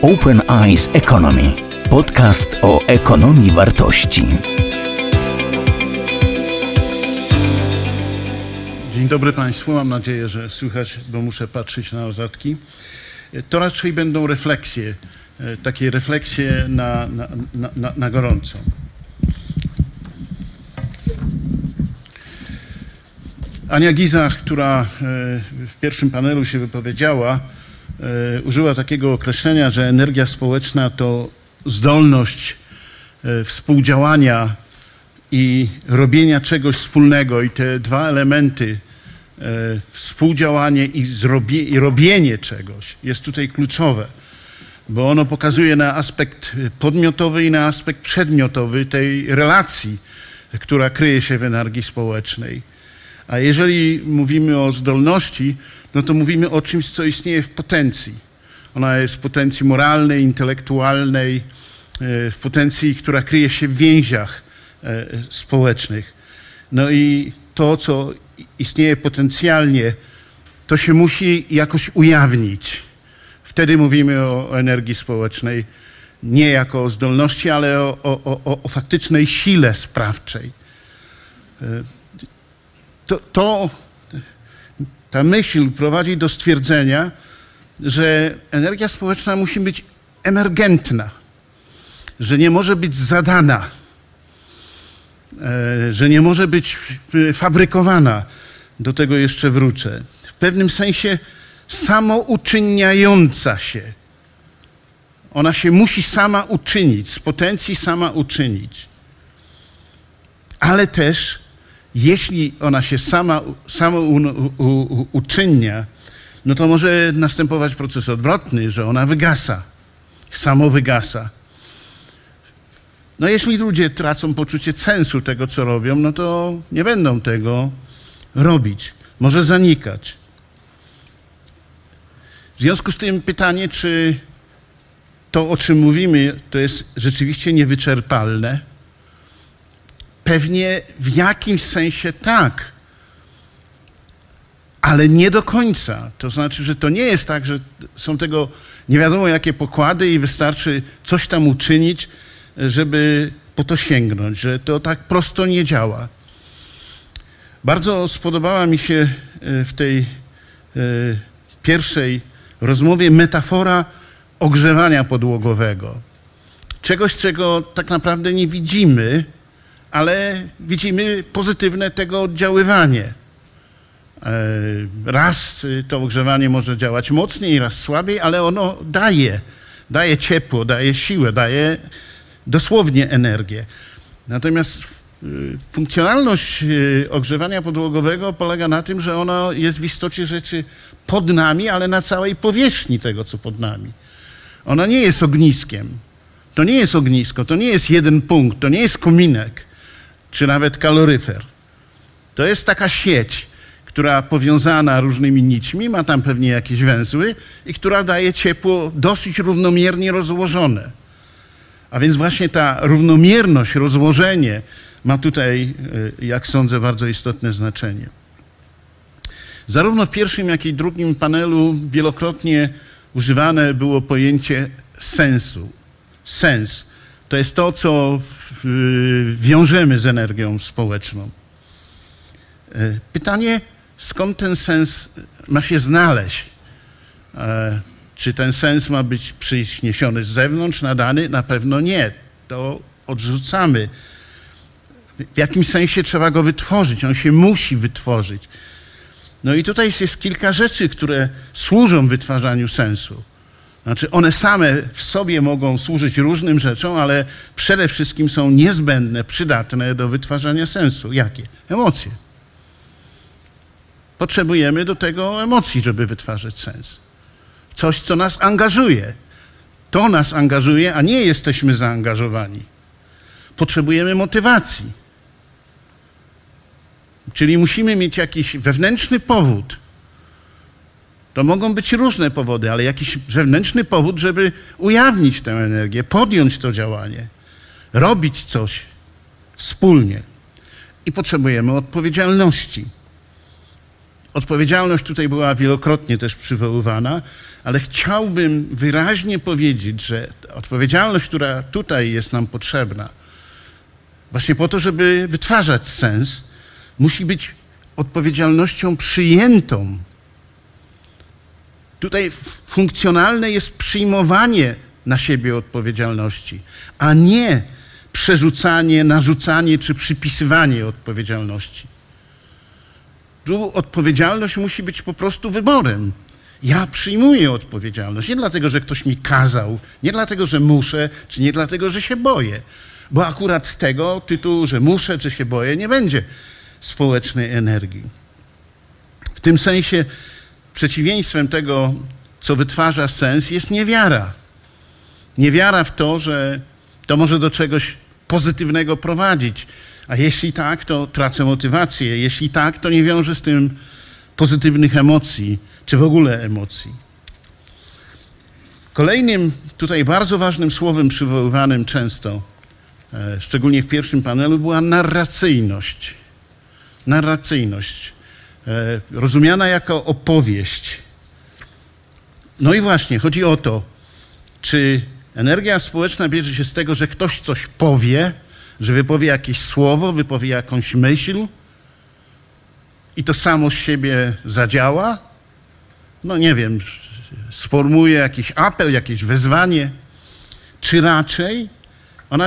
Open Eyes Economy. Podcast o ekonomii wartości. Dzień dobry Państwu. Mam nadzieję, że słychać, bo muszę patrzeć na notatki. To raczej będą refleksje, takie refleksje na gorąco. Ania Gizach, która w pierwszym panelu się wypowiedziała, użyła takiego określenia, że energia społeczna to zdolność współdziałania i robienia czegoś wspólnego. I te dwa elementy, współdziałanie i robienie czegoś, jest tutaj kluczowe, bo ono pokazuje na aspekt podmiotowy i na aspekt przedmiotowy tej relacji, która kryje się w energii społecznej. A jeżeli mówimy o zdolności, no to mówimy o czymś, co istnieje w potencji. Ona jest w potencji moralnej, intelektualnej, w potencji, która kryje się w więziach społecznych. No i to, co istnieje potencjalnie, to się musi jakoś ujawnić. Wtedy mówimy o energii społecznej, nie jako o zdolności, ale o faktycznej sile sprawczej. Ta myśl prowadzi do stwierdzenia, że energia społeczna musi być emergentna, że nie może być zadana, że nie może być fabrykowana. Do tego jeszcze wrócę. W pewnym sensie samouczyniająca się. Ona się musi sama uczynić, z potencji sama uczynić. Ale też, jeśli ona się sama uczynnia, no to może następować proces odwrotny, że ona wygasa, samo wygasa. No jeśli ludzie tracą poczucie sensu tego, co robią, no to nie będą tego robić. Może zanikać. W związku z tym pytanie, czy to, o czym mówimy, to jest rzeczywiście niewyczerpalne? Pewnie w jakimś sensie tak, ale nie do końca. To znaczy, że to nie jest tak, że są tego nie wiadomo jakie pokłady i wystarczy coś tam uczynić, żeby po to sięgnąć, że to tak prosto nie działa. Bardzo spodobała mi się w tej pierwszej rozmowie metafora ogrzewania podłogowego. Czegoś, czego tak naprawdę nie widzimy, ale widzimy pozytywne tego oddziaływanie. Raz to ogrzewanie może działać mocniej, raz słabiej, ale ono daje ciepło, daje siłę, daje dosłownie energię. Natomiast funkcjonalność ogrzewania podłogowego polega na tym, że ono jest w istocie rzeczy pod nami, ale na całej powierzchni tego, co pod nami. Ono nie jest ogniskiem. To nie jest ognisko, to nie jest jeden punkt, to nie jest kominek, czy nawet kaloryfer. To jest taka sieć, która powiązana różnymi nićmi, ma tam pewnie jakieś węzły i która daje ciepło dosyć równomiernie rozłożone. A więc właśnie ta równomierność, rozłożenie ma tutaj, jak sądzę, bardzo istotne znaczenie. Zarówno w pierwszym, jak i drugim panelu wielokrotnie używane było pojęcie sensu. Sens to jest to, co wiążemy z energią społeczną. Pytanie, skąd ten sens ma się znaleźć? Czy ten sens ma być przyniesiony z zewnątrz, nadany? Na pewno nie. To odrzucamy. W jakimś sensie trzeba go wytworzyć. On się musi wytworzyć. No i tutaj jest kilka rzeczy, które służą wytwarzaniu sensu. Znaczy one same w sobie mogą służyć różnym rzeczom, ale przede wszystkim są niezbędne, przydatne do wytwarzania sensu. Jakie? Emocje. Potrzebujemy do tego emocji, żeby wytwarzać sens. Coś, co nas angażuje. To nas angażuje, a nie jesteśmy zaangażowani. Potrzebujemy motywacji. Czyli musimy mieć jakiś wewnętrzny powód. To mogą być różne powody, ale jakiś wewnętrzny powód, żeby ujawnić tę energię, podjąć to działanie, robić coś wspólnie. I potrzebujemy odpowiedzialności. Odpowiedzialność tutaj była wielokrotnie też przywoływana, ale chciałbym wyraźnie powiedzieć, że odpowiedzialność, która tutaj jest nam potrzebna, właśnie po to, żeby wytwarzać sens, musi być odpowiedzialnością przyjętą. Tutaj funkcjonalne jest przyjmowanie na siebie odpowiedzialności, a nie przerzucanie, narzucanie czy przypisywanie odpowiedzialności. Tu odpowiedzialność musi być po prostu wyborem. Ja przyjmuję odpowiedzialność, nie dlatego, że ktoś mi kazał, nie dlatego, że muszę, czy nie dlatego, że się boję, bo akurat z tego tytułu, że muszę, czy się boję, nie będzie społecznej energii. W tym sensie przeciwieństwem tego, co wytwarza sens, jest niewiara. Niewiara w to, że to może do czegoś pozytywnego prowadzić, a jeśli tak, to tracę motywację, jeśli tak, to nie wiąże z tym pozytywnych emocji, czy w ogóle emocji. Kolejnym tutaj bardzo ważnym słowem przywoływanym często, szczególnie w pierwszym panelu, była narracyjność. Narracyjność, rozumiana jako opowieść. No i właśnie, chodzi o to, czy energia społeczna bierze się z tego, że ktoś coś powie, że wypowie jakieś słowo, wypowie jakąś myśl i to samo z siebie zadziała? No nie wiem, sformułuje jakiś apel, jakieś wezwanie, czy raczej ona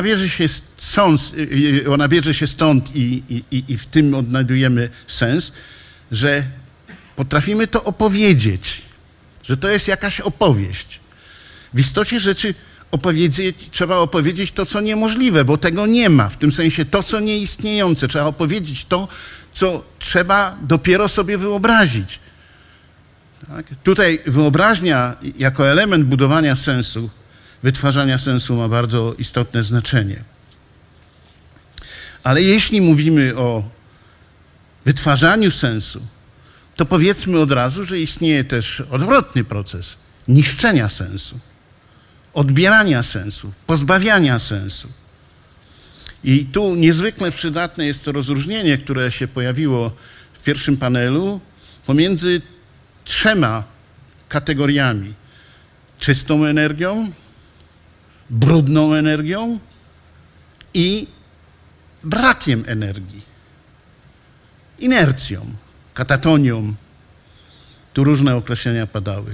bierze się stąd i w tym odnajdujemy sens, że potrafimy to opowiedzieć, że to jest jakaś opowieść. W istocie rzeczy trzeba opowiedzieć to, co niemożliwe, bo tego nie ma. W tym sensie to, co nieistniejące. Trzeba opowiedzieć to, co trzeba dopiero sobie wyobrazić. Tak? Tutaj wyobraźnia jako element budowania sensu, wytwarzania sensu ma bardzo istotne znaczenie. Ale jeśli mówimy o wytwarzaniu sensu, to powiedzmy od razu, że istnieje też odwrotny proces niszczenia sensu, odbierania sensu, pozbawiania sensu. I tu niezwykle przydatne jest to rozróżnienie, które się pojawiło w pierwszym panelu pomiędzy 3 kategoriami. Czystą energią, brudną energią i brakiem energii. Inercją, katatonią. Tu różne określenia padały.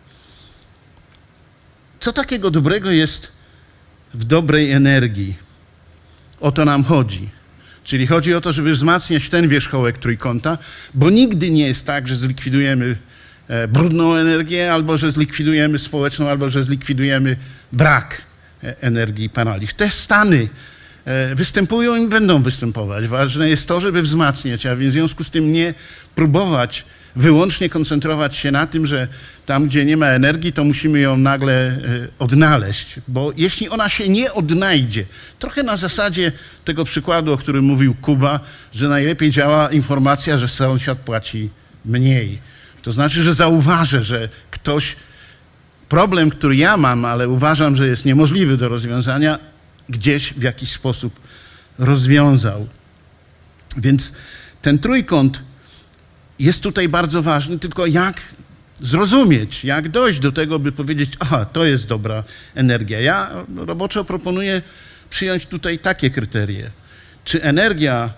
Co takiego dobrego jest w dobrej energii? O to nam chodzi. Czyli chodzi o to, żeby wzmacniać ten wierzchołek trójkąta, bo nigdy nie jest tak, że zlikwidujemy brudną energię, albo że zlikwidujemy społeczną, albo że zlikwidujemy brak energii i paraliż. Te stany występują i będą występować. Ważne jest to, żeby wzmacniać, a więc w związku z tym nie próbować wyłącznie koncentrować się na tym, że tam, gdzie nie ma energii, to musimy ją nagle odnaleźć, bo jeśli ona się nie odnajdzie, trochę na zasadzie tego przykładu, o którym mówił Kuba, że najlepiej działa informacja, że sąsiad płaci mniej. To znaczy, że zauważę, że ktoś problem, który ja mam, ale uważam, że jest niemożliwy do rozwiązania, gdzieś w jakiś sposób rozwiązał. Więc ten trójkąt jest tutaj bardzo ważny, tylko jak zrozumieć, jak dojść do tego, by powiedzieć, aha, to jest dobra energia. Ja roboczo proponuję przyjąć tutaj takie kryterie. Czy energia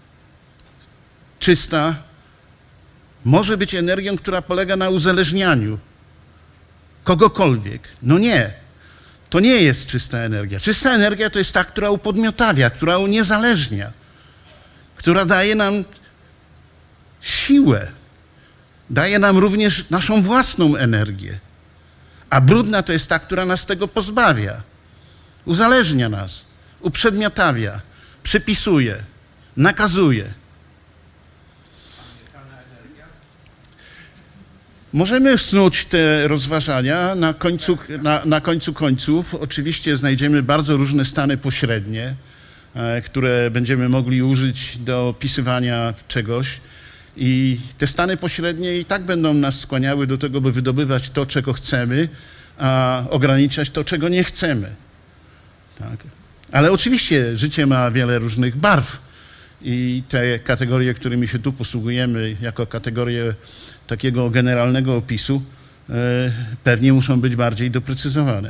czysta może być energią, która polega na uzależnianiu kogokolwiek? No nie. To nie jest czysta energia. Czysta energia to jest ta, która upodmiotawia, która uniezależnia, która daje nam siłę, daje nam również naszą własną energię. A brudna to jest ta, która nas tego pozbawia, uzależnia nas, uprzedmiotawia, przypisuje, nakazuje. Możemy snuć te rozważania. Na końcu końców oczywiście znajdziemy bardzo różne stany pośrednie, które będziemy mogli użyć do opisywania czegoś. I te stany pośrednie i tak będą nas skłaniały do tego, by wydobywać to, czego chcemy, a ograniczać to, czego nie chcemy. Tak? Ale oczywiście życie ma wiele różnych barw i te kategorie, którymi się tu posługujemy jako kategorie takiego generalnego opisu, pewnie muszą być bardziej doprecyzowane.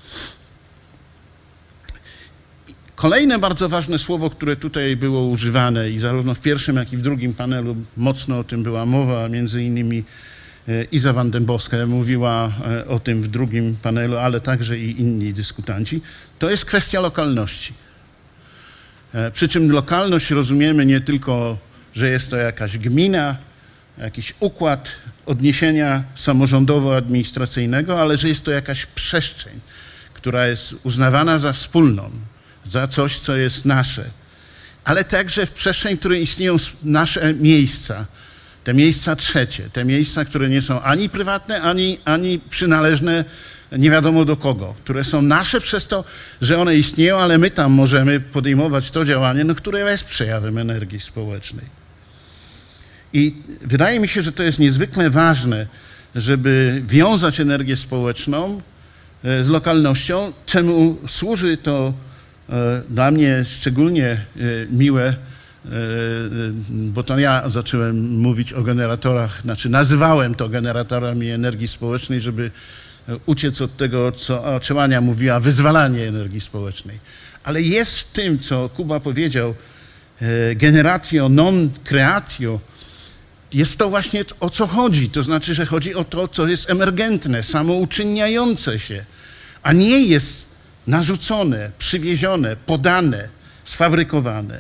Kolejne bardzo ważne słowo, które tutaj było używane i zarówno w pierwszym, jak i w drugim panelu mocno o tym była mowa, między innymi Iza van den Boske mówiła o tym w drugim panelu, ale także i inni dyskutanci, to jest kwestia lokalności. Przy czym lokalność rozumiemy nie tylko, że jest to jakaś gmina, jakiś układ odniesienia samorządowo-administracyjnego, ale że jest to jakaś przestrzeń, która jest uznawana za wspólną, za coś, co jest nasze, ale także w przestrzeni, w której istnieją nasze miejsca, te miejsca trzecie, te miejsca, które nie są ani prywatne, ani przynależne nie wiadomo do kogo, które są nasze przez to, że one istnieją, ale my tam możemy podejmować to działanie, no, które jest przejawem energii społecznej. I wydaje mi się, że to jest niezwykle ważne, żeby wiązać energię społeczną z lokalnością, czemu służy to dla mnie szczególnie miłe, bo to ja zacząłem mówić o generatorach, znaczy nazywałem to generatorami energii społecznej, żeby uciec od tego, o czym Ania mówiła, wyzwalanie energii społecznej. Ale jest w tym, co Kuba powiedział, generatio non creatio, jest to właśnie o co chodzi. To znaczy, że chodzi o to, co jest emergentne, samouczyniające się, a nie jest narzucone, przywiezione, podane, sfabrykowane.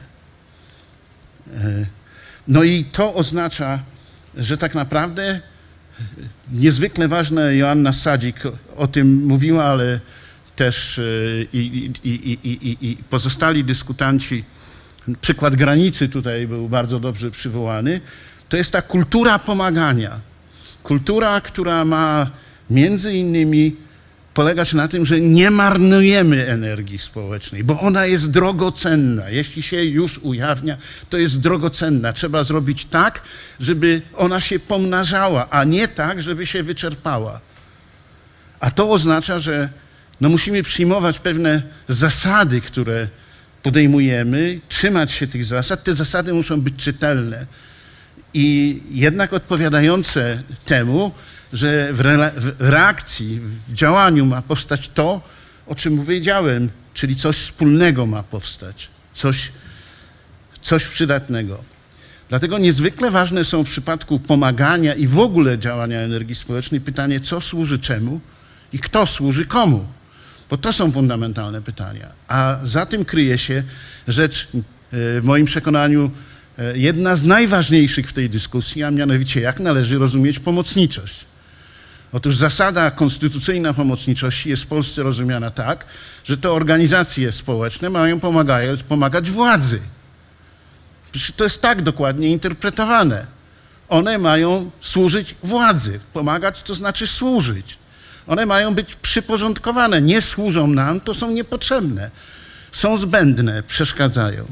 No i to oznacza, że tak naprawdę niezwykle ważne, Joanna o tym mówiła, ale też i pozostali dyskutanci, przykład granicy tutaj był bardzo dobrze przywołany, to jest ta kultura pomagania. Kultura, która ma między innymi polegać na tym, że nie marnujemy energii społecznej, bo ona jest drogocenna. Jeśli się już ujawnia, to jest drogocenna. Trzeba zrobić tak, żeby ona się pomnażała, a nie tak, żeby się wyczerpała. A to oznacza, że no musimy przyjmować pewne zasady, które podejmujemy, trzymać się tych zasad. Te zasady muszą być czytelne i jednak odpowiadające temu, że w reakcji, w działaniu ma powstać to, o czym powiedziałem, czyli coś wspólnego ma powstać, coś przydatnego. Dlatego niezwykle ważne są w przypadku pomagania i w ogóle działania energii społecznej pytanie, co służy czemu i kto służy komu, bo to są fundamentalne pytania. A za tym kryje się rzecz, w moim przekonaniu, jedna z najważniejszych w tej dyskusji, a mianowicie jak należy rozumieć pomocniczość. Otóż zasada konstytucyjna pomocniczości jest w Polsce rozumiana tak, że to organizacje społeczne mają pomagać władzy. To jest tak dokładnie interpretowane. One mają służyć władzy. Pomagać to znaczy służyć. One mają być przyporządkowane. Nie służą nam, to są niepotrzebne. Są zbędne, przeszkadzają.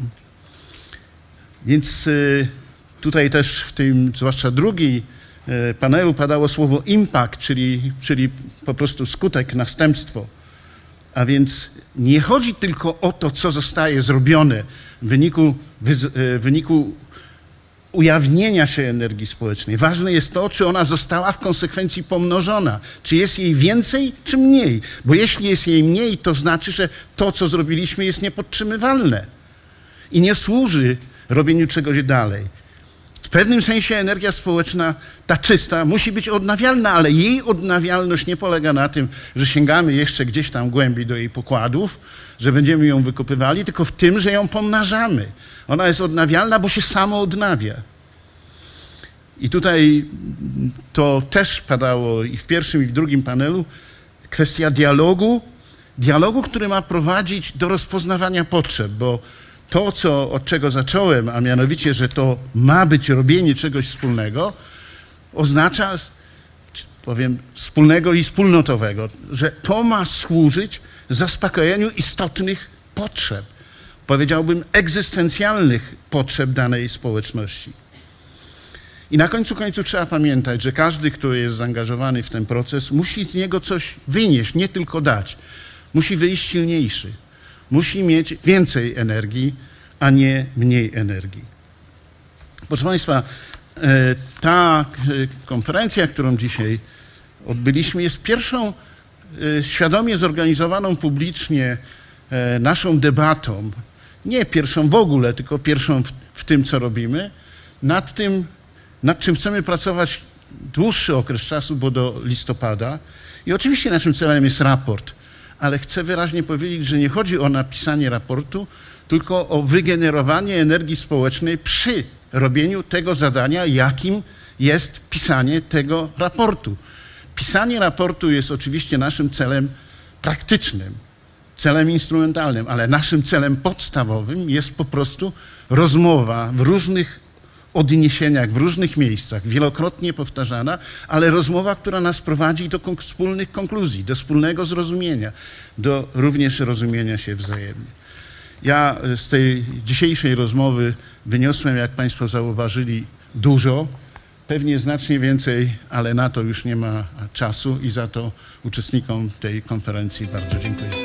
Więc tutaj też w tym, zwłaszcza drugi panelu padało słowo impact, czyli po prostu skutek, następstwo. A więc nie chodzi tylko o to, co zostaje zrobione w wyniku ujawnienia się energii społecznej. Ważne jest to, czy ona została w konsekwencji pomnożona, czy jest jej więcej, czy mniej. Bo jeśli jest jej mniej, to znaczy, że to, co zrobiliśmy, jest niepodtrzymywalne i nie służy robieniu czegoś dalej. W pewnym sensie energia społeczna, ta czysta, musi być odnawialna, ale jej odnawialność nie polega na tym, że sięgamy jeszcze gdzieś tam głębiej do jej pokładów, że będziemy ją wykopywali, tylko w tym, że ją pomnażamy. Ona jest odnawialna, bo się samo odnawia. I tutaj to też padało i w pierwszym, i w drugim panelu, kwestia dialogu, który ma prowadzić do rozpoznawania potrzeb, bo to, od czego zacząłem, a mianowicie, że to ma być robienie czegoś wspólnego, oznacza, powiem, wspólnego i wspólnotowego, że to ma służyć zaspokojeniu istotnych potrzeb, powiedziałbym egzystencjalnych potrzeb danej społeczności. I na końcu końców trzeba pamiętać, że każdy, kto jest zaangażowany w ten proces, musi z niego coś wynieść, nie tylko dać. Musi wyjść silniejszy. Musi mieć więcej energii, a nie mniej energii. Proszę Państwa, ta konferencja, którą dzisiaj odbyliśmy, jest pierwszą świadomie zorganizowaną publicznie naszą debatą, nie pierwszą w ogóle, tylko pierwszą w tym, co robimy, nad czym chcemy pracować dłuższy okres czasu, bo do listopada. I oczywiście naszym celem jest raport, ale chcę wyraźnie powiedzieć, że nie chodzi o napisanie raportu, tylko o wygenerowanie energii społecznej przy robieniu tego zadania, jakim jest pisanie tego raportu. Pisanie raportu jest oczywiście naszym celem praktycznym, celem instrumentalnym, ale naszym celem podstawowym jest po prostu rozmowa w różnych odniesieniach, w różnych miejscach, wielokrotnie powtarzana, ale rozmowa, która nas prowadzi do wspólnych konkluzji, do wspólnego zrozumienia, do również rozumienia się wzajemnie. Ja z tej dzisiejszej rozmowy wyniosłem, jak Państwo zauważyli, dużo, pewnie znacznie więcej, ale na to już nie ma czasu i za to uczestnikom tej konferencji bardzo dziękuję.